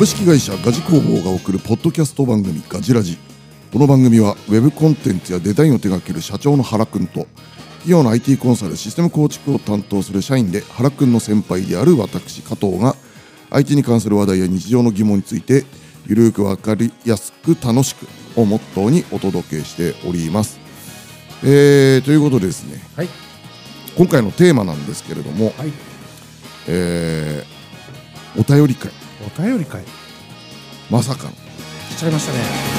株式会社ガジ工房が送るポッドキャスト番組ガジラジ。この番組はウェブコンテンツやデザインを手掛ける社長の原くんと企業の IT コンサルシステム構築を担当する社員で原くんの先輩である私加藤が IT に関する話題や日常の疑問についてゆるく分かりやすく楽しくをモットーにお届けしております。ということでですね、 はい、 今回のテーマなんですけれども、 はい、 お便り会。 お便り会まさかの来ちゃいましたね。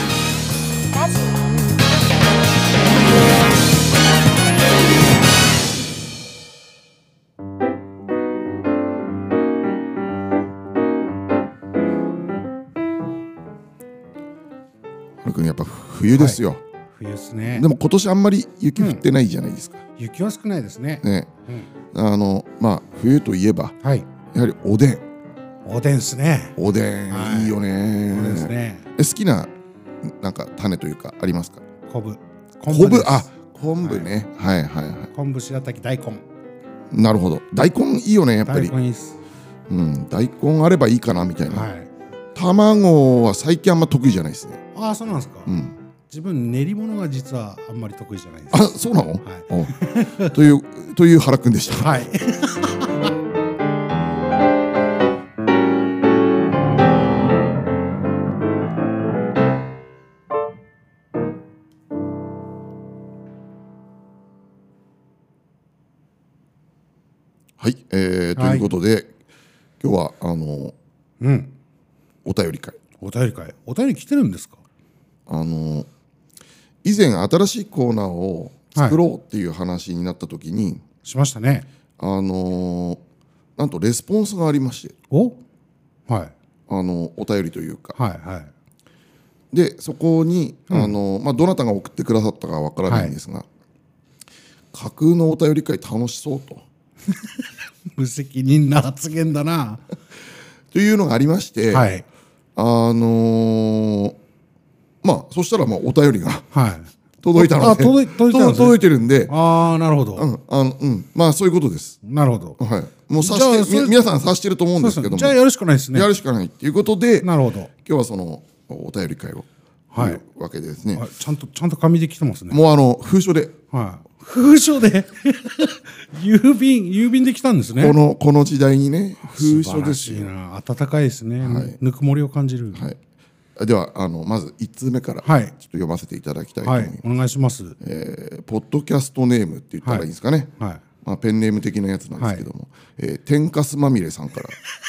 原くんやっぱ冬ですよ、 冬ですね。 でも今年あんまり雪降ってないじゃないですか、 雪は少ないですね。 ね、まあ冬といえばはい、 やはりおでん。 おでんですね。 おでん、 はいいいよね。 おでんですね。 好きななんか種というかありますか？ 昆布。 昆布、あ、昆布ね、はいはいはい。 昆布、白滝、大根。 なるほど。大根いいよね、やっぱり。 大根いいっす。 大根あればいいかなみたいな。 はい。 卵は最近あんま得意じゃないですね。 ああ、そうなんですか。自分練り物が実はあんまり得意じゃないです。 あ、そうなの？ はい。 おという原くんでした。 はい。 はい、ということで、今日はお便り会。 お便り会。お便り来てるんですか？ 以前新しいコーナーを作ろうっていう話になった時に、 しましたね。 なんとレスポンスがありまして、 お、はい、 お便りというか、 はいはい。 でそこに、どなたが送ってくださったかわからないんですが、架空のお便り会楽しそうと無責任な発言だな。 というのがありまして、 はい。 そしたらお便りがはい。 届いたので、 届いたんですね。 届いてるんで、 ああ、なるほど。 そういうことです。 なるほど。 はい。もう察して皆さん察してると思うんですけども、 じゃあやるしかないですね。 やるしかないっていうことで、 なるほど。 今日はそのお便り会をはいいうわけでですね。 ちゃんと紙で来てますね。 もう封書で、 はい。封書で郵便で来たんですね。 この時代にね、封書ですよ。 素晴らしいな。温かいですね。ぬくもりを感じる。 はい。ではまず1通目からちょっと読ませていただきたいと思います。 お願いします。 ポッドキャストネームって言ったらいいんですかね。 はい。 ペンネーム的なやつなんですけども、天かすまみれさんから。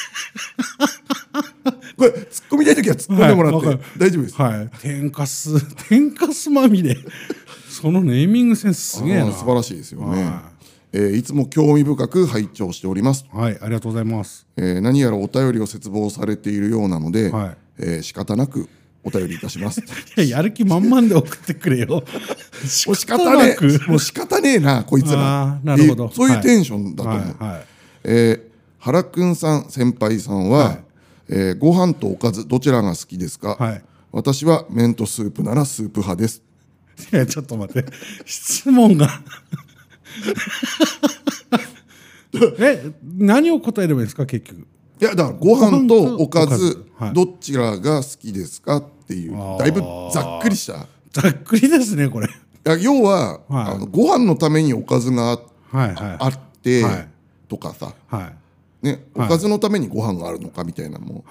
これ突っ込みたいときは突っ込んでもらって大丈夫です。 はい。天かすまみれ。そのネーミングセンスすげえな。 素晴らしいですよね。いつも興味深く拝聴しております。 はい、ありがとうございます。 何やらお便りを切望されているようなので、仕方なくお便りいたします。 やる気満々で送ってくれよ。 もう仕方ねえ、もう仕方ねえなこいつら。 なるほど。 そういうテンションだと思う。原くんさん先輩さんは、ご飯とおかずどちらが好きですか？私は麺とスープならスープ派です。 いやちょっと待って、質問が何を答えればいいですか結局。 いやだからご飯とおかずどちらが好きですかっていうだいぶざっくりした。 ざっくりですねこれ。 要はご飯のためにおかずがあってとかさ、おかずのためにご飯があるのかみたいなも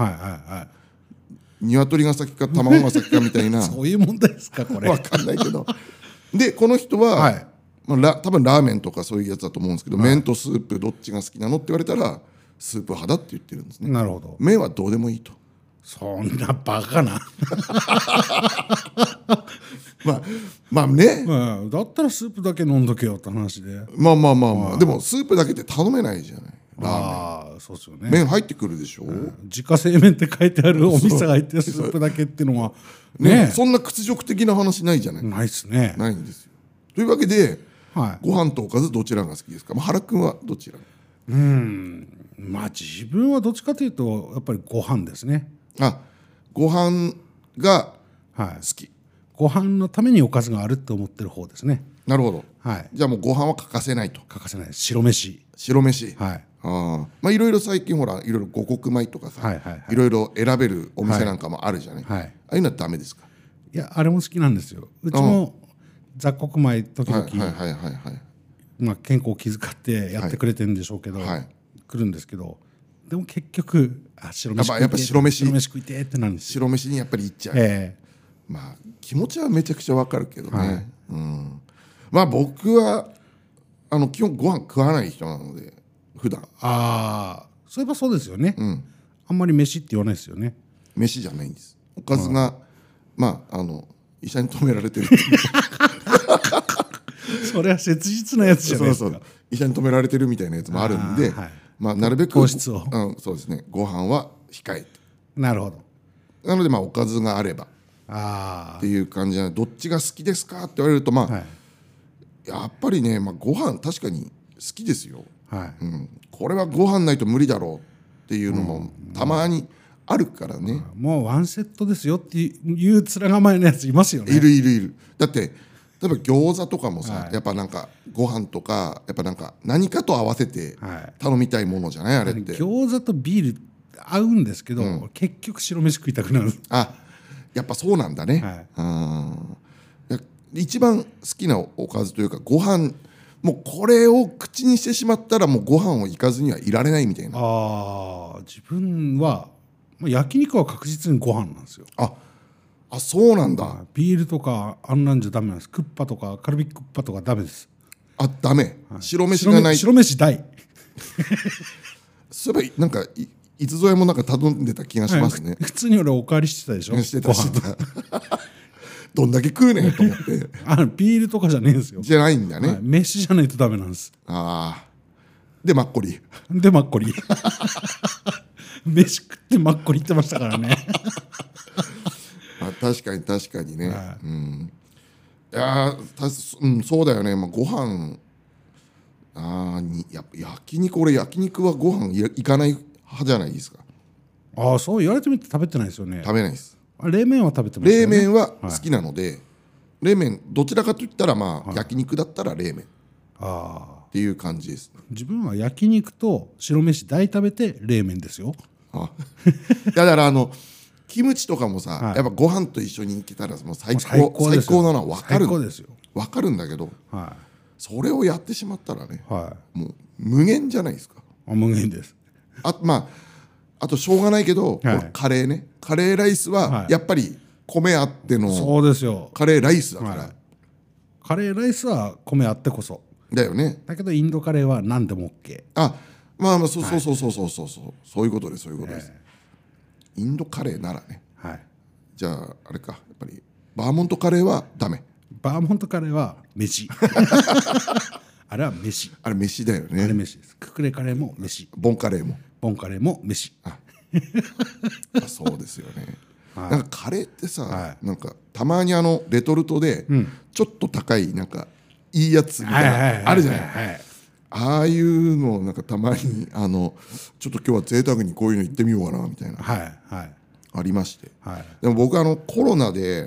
鶏が先か卵が先かみたいなそういう問題ですかこれ。 わかんないけど、でこの人は多分ラーメンとかそういうやつだと思うんですけど、麺とスープどっちが好きなのって言われたらスープ派だって言ってるんですね。 なるほど。 麺はどうでもいいと。 そんなバカなまあね、 だったらスープだけ飲んどけよって話で。 でもスープだけで頼めないじゃない。ラーメンそうですよね。 麺入ってくるでしょ。 自家製麺って書いてあるお店が入ってスープだけっていうのはね、 そんな屈辱的な話ないじゃない。 ないですね。 ないんですよ。というわけでご飯とおかずどちらが好きですか？原くんはどちら？ 自分はどっちかというとやっぱりご飯ですね。 ご飯が好き。 ご飯のためにおかずがあるって思ってる方ですね。 なるほど。 はい。 じゃあもうご飯は欠かせないと。 欠かせない。白飯。 白飯。 はい。 まあいろいろ最近ほらいろいろ五穀米とかさ、 はいはいはいいろいろ選べるお店なんかもあるじゃない、 はい、 ああいうのはダメですか？ いやあれも好きなんですよ。うちも雑穀米時々、まあ、健康を気遣ってやってくれてるんでしょうけど、 はい、 来るんですけど、でも結局白飯やっぱ白飯食いてってなるんですよ。 白飯にやっぱりいっちゃう、まあ気持ちはめちゃくちゃわかるけどね、 はい、 まあ僕は基本ご飯食わない人なので普段そういえばそうですよね、あんまり飯って言わないですよね。 飯じゃないんです。おかずが、まあ医者に止められてるっていうそれは切実なやつじゃないですか。 そう医者に止められてるみたいなやつもあるんで、まあなるべく糖質を、 そうですね、ご飯は控えて、 なるほど。 なのでまあおかずがあればっていう感じなので、どっちが好きですかって言われるとまあ、やっぱりね、まあ、ご飯確かに好きですよ、これはご飯ないと無理だろうっていうのもたまにあるからね、 もうワンセットですよっていう面構えのやついますよね。 いるだって例えば餃子とかもさ、やっぱなんかご飯とかやっぱなんか何かと合わせて頼みたいものじゃない、あれって。 餃子とビール合うんですけど、結局白飯食いたくなる。 やっぱそうなんだね、一番好きなおかずというかご飯、もうこれを口にしてしまったらもうご飯をいかずにはいられないみたいな。 自分は焼肉は確実にご飯なんですよ。 そうなんだ。 ビールとかあんなんじゃダメなんです。クッパとかカルビクッパとかダメです。 ダメ、白飯がない。 白飯大そういえばなんかいつぞやもなんか頼んでた気がしますね、 普通に俺おかわりしてたでしょ。 してたどんだけ食うねんと思ってビールとかじゃねえんですよ。 じゃないんだね、 飯じゃないとダメなんです。 でマッコリ飯食ってマッコリ言ってましたからね確かにね、いやそうだよね、まあ、ご飯焼肉はご飯いかない派じゃないですか。 そう言われてみて食べてないですよね。 食べないです。 冷麺は食べてますよね。 冷麺は好きなので、冷麺どちらかといったらまあ、焼肉だったら冷麺っていう感じです、ね。 自分は焼肉と白飯大食べて冷麺ですよ。 だからキムチとかもさ、やっぱご飯と一緒にいけたらもう最高なのは分かる。分かるんだけど、それをやってしまったらね、もう無限じゃないですか。 無限です。 あとしょうがないけど、カレーライスはやっぱり米あってのそうですよ。 カレーライスだから、 カレーライスは米あってこそだよね。 だけどインドカレーは何でも OK。 まあそういうことです。インドカレーならね、じゃああれか、やっぱりバーモントカレーはダメ。 バーモントカレーは飯あれは飯。 あれ飯だよね。 あれ飯です。ククレカレーも飯。 ボンカレーも飯。 そうですよね。なんかカレーってさ、なんかたまにレトルトでちょっと高いなんかいいやつみたいなあるじゃない。ああいうのなんかたまにちょっと今日は贅沢にこういうの行ってみようかなみたいなありまして、でも僕コロナで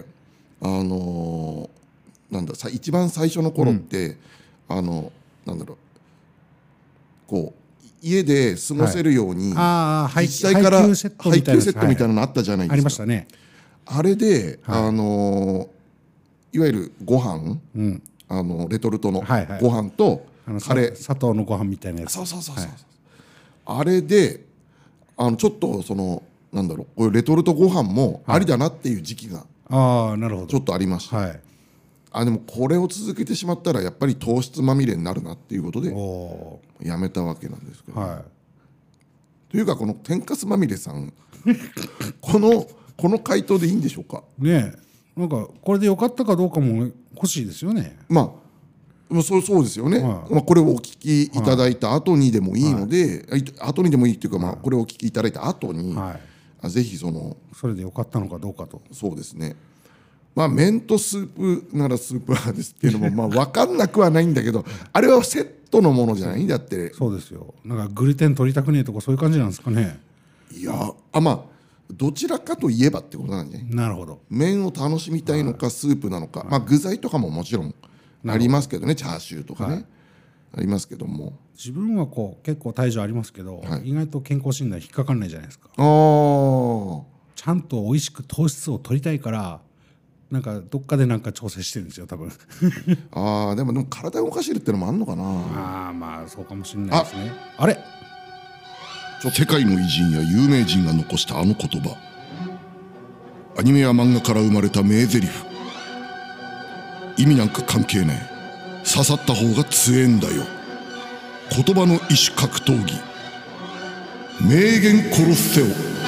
なんだ一番最初の頃ってなんだろう、こう家で過ごせるように自治体から配給セットみたいなのあったじゃないですか。 ありましたね。 あれでいわゆるご飯、レトルトのご飯とカレー、 砂糖のご飯みたいなやつ。 そうあれでちょっとなんだろう、こういうレトルトご飯もありだなっていう時期がちょっとありました。でもこれを続けてしまったらやっぱり糖質まみれになるなっていうことでやめたわけなんですけど、というかこの天かすまみれさんこの回答でいいんでしょうかね。なんかこれでよかったかどうかも欲しいですよね。 そうですよね。これをお聞きいただいた後にでもいいので、後にでもいいっていうか、これをお聞きいただいた後にぜひそれでよかったのかどうかと。 そうですね。麺とスープならスープ派ですっていうのも分かんなくはないんだけど、あれはセットのものじゃないんだって。 そうですよ。なんかグルテン取りたくねえとかそういう感じなんですかね。 いやどちらかといえばってことなんじゃない。 なるほど。 麺を楽しみたいのかスープなのか、具材とかももちろんありますけどね、チャーシューとかね、 ありますけども、 自分はこう結構体重ありますけど、意外と健康診断引っかかんないじゃないですか。ちゃんと美味しく糖質を取りたいからなんかどっかでなんか調整してるんですよ多分。 でも体を動かしてるってのもあんのかな。 まあそうかもしれないですね。あれ世界の偉人や有名人が残したあの言葉、アニメや漫画から生まれた名台詞、意味なんか関係ねえ、刺さった方が強えんだよ。言葉の異種格闘技、名言コロッセオ。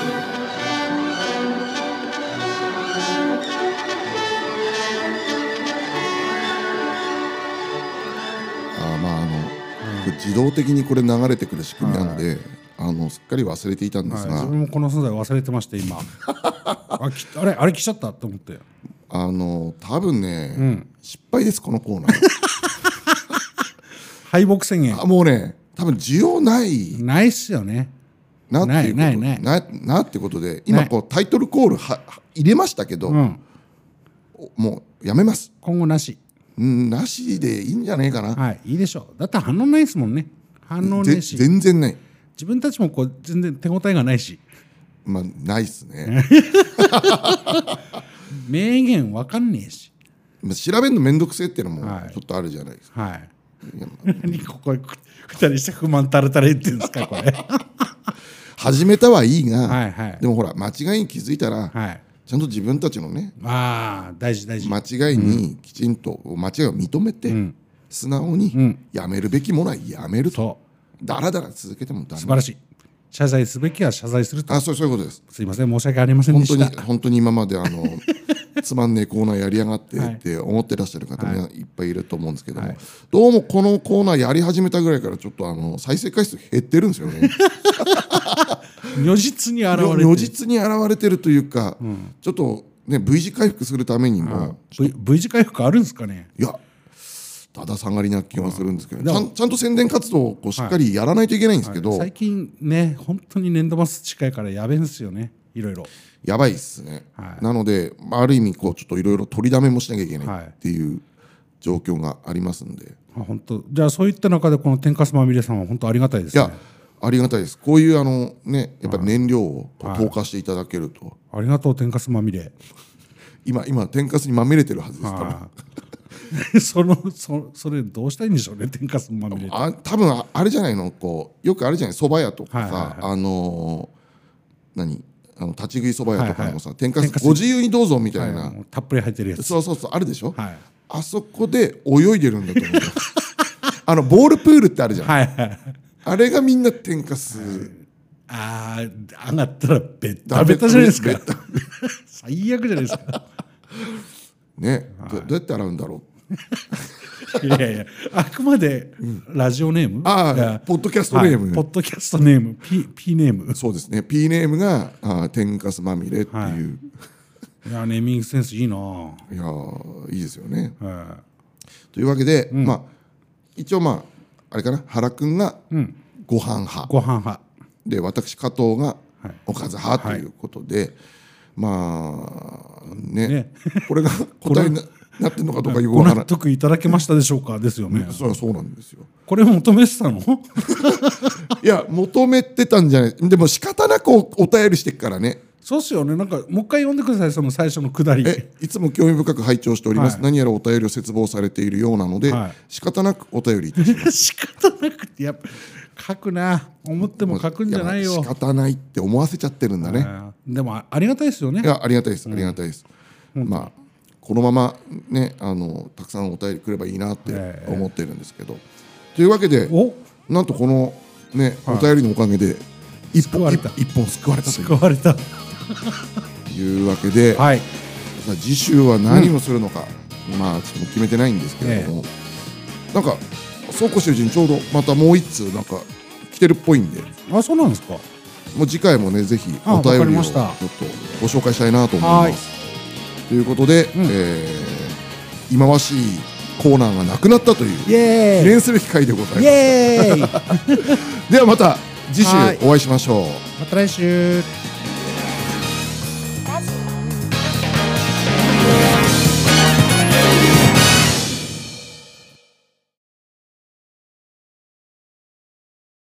自動的にこれ流れてくる仕組みなので、すっかり忘れていたんですが、 自分もこの存在忘れてまして今。あれ来ちゃったと思って。 多分ね、失敗ですこのコーナー。 敗北宣言。 もうね、多分需要ないっすよね。 なってことで、今こうタイトルコール入れましたけど、もうやめます。 今後なし。 なしでいいんじゃないかな。 いいでしょう。だって反応ないですもんね。反応ないし。 全然ない。 自分たちもこう全然手応えがないし。 ないっすね。 名言わかんねえし。 調べるのめんどくせえっていうのもちょっとあるじゃないですか。 何ここ2人して不満たれたれ言ってるんですかこれ。 始めたはいいが、でもほら間違いに気づいたら、ちゃんと自分たちのね、 大事大事、 間違いにきちんと間違いを認めて、素直にやめるべきものはやめると。だらだら続けてもダメ。 素晴らしい。謝罪すべきは謝罪すると。 そういうことです。 すいません、申し訳ありませんでした。 本当に今までつまんねえコーナーやりやがってって思ってらっしゃる方もいっぱいいると思うんですけども、どうもこのコーナーやり始めたぐらいからちょっと再生回数減ってるんですよね。 如実に現れてるというか、ちょっとね V 字回復するためにも V 字回復あるんですかね。 いやただ下がりな気はするんですけど、ちゃんと宣伝活動をこうしっかりやらないといけないんですけど、 最近ね本当に年度末近いからやべえんですよね。いろいろやばいっすね。なのである意味こうちょっといろいろ取りだめもしなきゃいけないっていう状況がありますんで、 本当じゃあそういった中でこの天かすまみれさんは本当ありがたいですね。 いやありがたいです。こういうねやっぱり燃料を投下していただけると、 ありがとう天かすまみれ。 今天かすにまみれてるはずです。 それどうしたらいいんでしょうね天かすまみれ。 多分あれじゃないの、こうよくあるじゃない、蕎麦屋とかさ、立ち食い蕎麦屋とかもさ、天かすご自由にどうぞみたいな、 たっぷり入ってるやつ。 そうあるでしょ。あそこで泳いでるんだと思う。ボールプールってあるじゃん。あれがみんな天かす。 上がったらベタベタじゃないですか。最悪じゃないですか。 ね、どうやって洗うんだろう。 いやあくまでラジオネーム、 ポッドキャストネーム、 ポッドキャストネーム P ネーム。 そうですね、 P ネームが天かすまみれっていう。 いやネーミングセンスいいな。 いやいいですよね。というわけで、一応あれかな、原くんがご飯派で、私加藤がおかず派ということで、これが答えになってるのかどうかよくわからない。 ご納得いただけましたでしょうかですよね。 そうなんですよ。 これ求めてたの？ いや求めてたんじゃない。でも仕方なくお便りしてからね。 そうっすよね。なんかもう一回読んでください、その最初のくだり。 いつも興味深く拝聴しております。何やらお便りを切望されているようなので、仕方なくお便りいたします。 仕方なくってやっぱ書くな、思っても書くんじゃないよ。 仕方ないって思わせちゃってるんだね。 でもありがたいですよね。 いやありがたいです、ありがたいです。このままねたくさんお便り来ればいいなって思ってるんですけど、というわけでなんとこのねお便りのおかげで一本救われたというわけで、次週は何をするのかちょっと決めてないんですけれども、なんかそうこうしてるうちにちょうどまたもう一通なんか来てるっぽいんで。 そうなんですか。 もう次回もねぜひお便りをちょっとご紹介したいなと思います。ということで、忌まわしいコーナーがなくなったという記念すべき回でございます。ではまた次週お会いしましょう。 また来週。